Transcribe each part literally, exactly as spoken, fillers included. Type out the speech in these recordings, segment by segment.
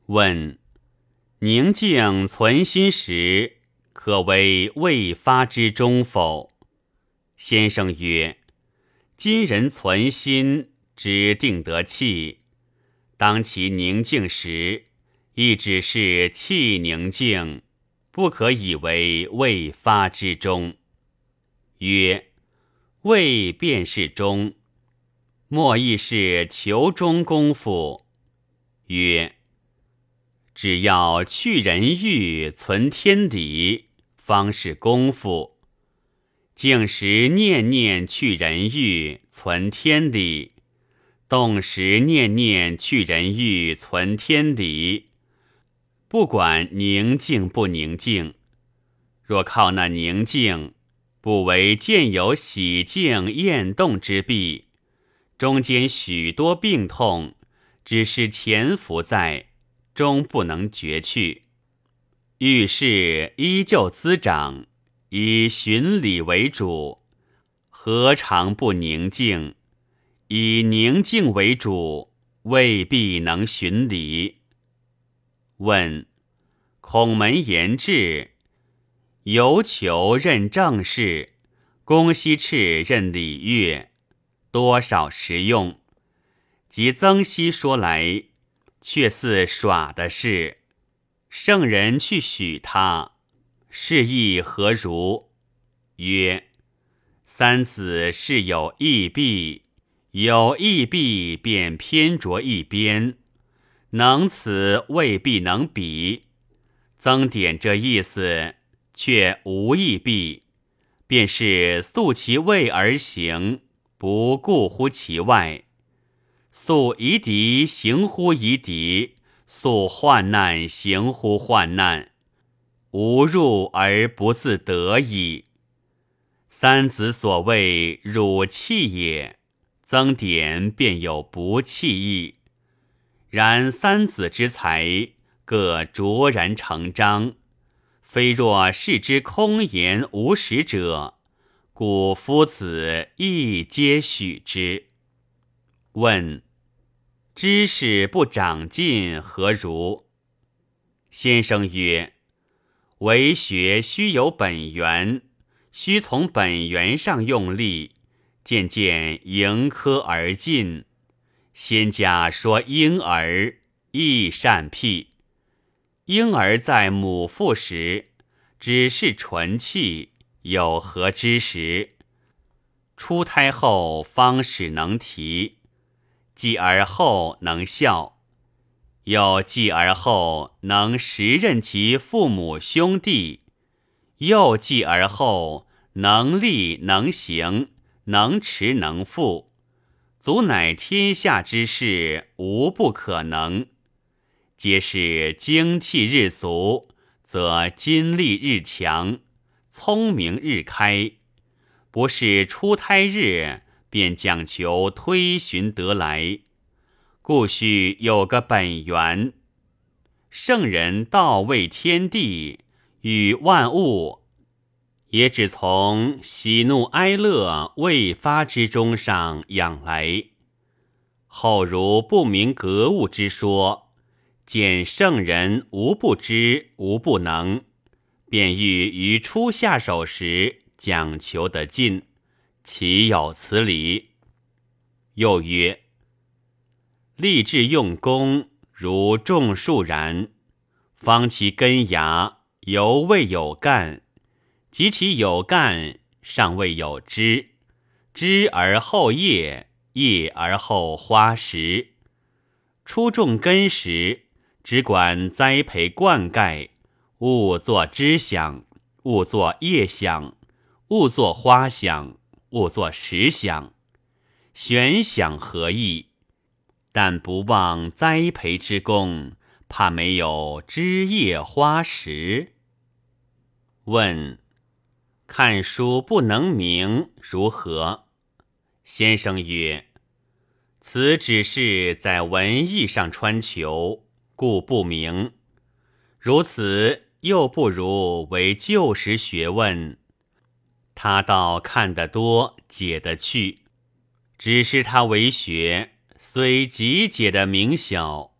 问：宁静存心时，可为未发之中否？先生曰：今人存心，只定得气，当其宁静时，亦只是气宁静，不可以为未发之中。曰：未便是中，莫亦是求中功夫？曰：只要去人欲，存天理，方是功夫。静时念念去人欲，存天理；动时念念去人欲，存天理。不管宁静不宁静，若靠那宁静，不为见有喜静厌动之弊，中间许多病痛，只是潜伏在，终不能绝去。遇事依旧滋长，以循理为主，何尝不宁静？以宁静为主，未必能循理。问：孔门言志，游求任政事，公西赤任礼乐，多少实用？即曾皙说来，却似耍的事。圣人去许他，是意何如？曰：三子是有异弊，有异弊便偏着一边，能此未必能比。曾点这意思，却无异弊，便是素其位而行，不顾乎其外；素夷狄行乎夷狄，素患难行乎患难，无入而不自得矣。三子所谓汝气也，曾点便有不气意。然三子之才，各卓然成章，非若视之空言无实者，故夫子亦皆许之。问：知识不长进何如？先生曰：为学须有本源，须从本源上用力，渐渐迎科而进。先家说婴儿，亦善辟。婴儿在母腹时，只是纯气，有何知识？出胎后方始能提，继而后能孝，又继而后能时任其父母兄弟，又继而后能立能行，能持能复，足乃天下之事无不可能。皆是精气日足，则筋力日强，聪明日开，不是出胎日便讲求推寻得来，故须有个本源。圣人道位天地与万物，也只从喜怒哀乐未发之中上养来。后如不明格物之说，见圣人无不知无不能，便欲于初下手时讲求得尽，岂有此理？又曰：立志用功，如种树然，方其根芽，犹未有干，及其有干，尚未有枝，枝而后叶，叶而后花实。初种根时，只管栽培灌溉，勿作枝想，勿作叶想，勿作花想，勿作实想。玄想何益？但不忘栽培之功，怕没有枝叶花实。问：看书不能明如何？先生曰：此只是在文艺上穿求，故不明。如此又不如为旧时学问，他倒看得多，解得去。只是他为学，虽极解的明晓，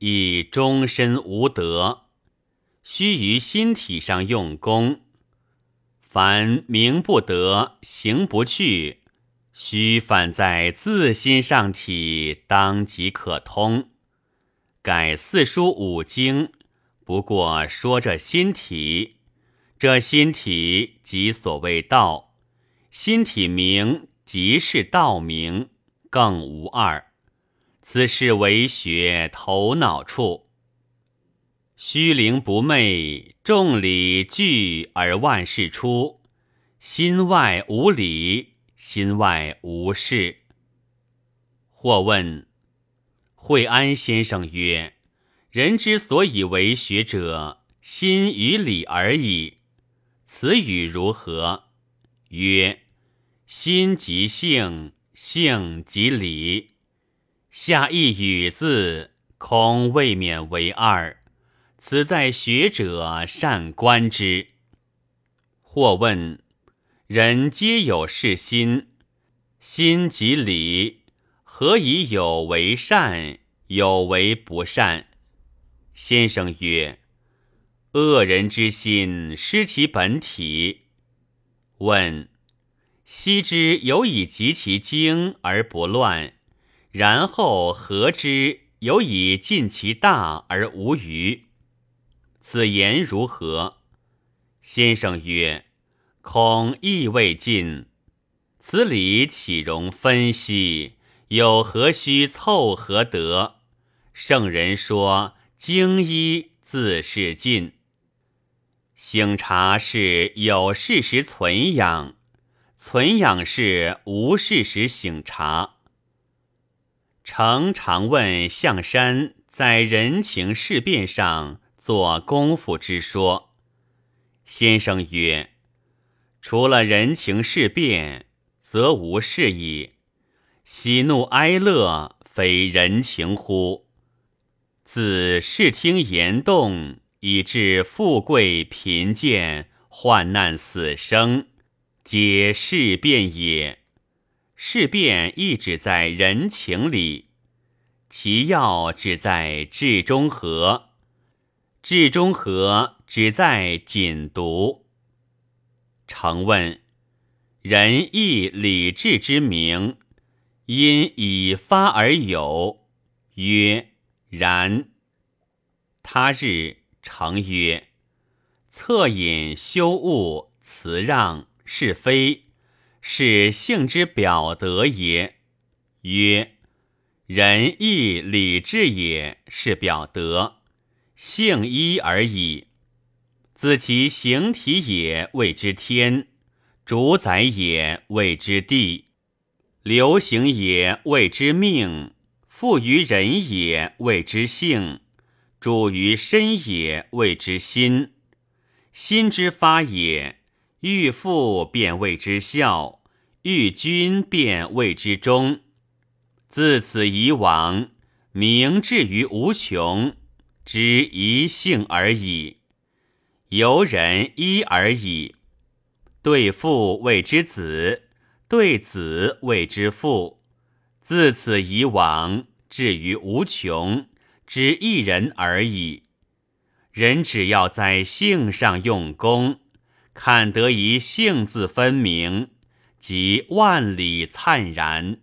亦终身无德，须于心体上用功。凡名不得，行不去，须反在自心上体，当即可通。改四书五经，不过说这心体，这心体即所谓道，心体明即是道明，更无二。此是为学头脑处。虚灵不昧，众理具而万事出，心外无理，心外无事。或问惠安先生曰：人之所以为学者，心与理而已。此语如何？曰：心即性，性即理。下一语字，恐未免为二，此在学者善观之。或问人皆有是心，心即理，何以有为善，有为不善？先生曰：恶人之心失其本体。问昔之有以及其精而不乱，然后何之有以尽其大而无余？此言如何？先生曰：恐亦未尽。此理岂容分析？有何须凑合得？圣人说精一自是尽。醒察是有事时存养，存养是无事时醒察。诚常问象山在人情事变上做功夫之说。先生曰：除了人情事变，则无事矣。喜怒哀乐，非人情乎？自视听言动，以至富贵贫贱，患难死生，皆事变也。事变亦只在人情里，其要只在智中和，智中和只在谨读。诚问仁义礼智之名，因以发而有？曰：然。他日诚曰：恻隐羞恶辞让是非，是性之表德也。曰：仁义礼智也是表德，性一而已。自其形体也谓之天，主宰也谓之地，流行也谓之命，富于人也谓之性，主于身也谓之心。心之发也，欲富便谓之孝，欲君便谓之忠。自此以往，明至于无穷，知一性而已，由人一而已。对父谓之子，对子谓之父。自此以往，至于无穷，知一人而已。人只要在性上用功，看得一性字分明，即万里灿然。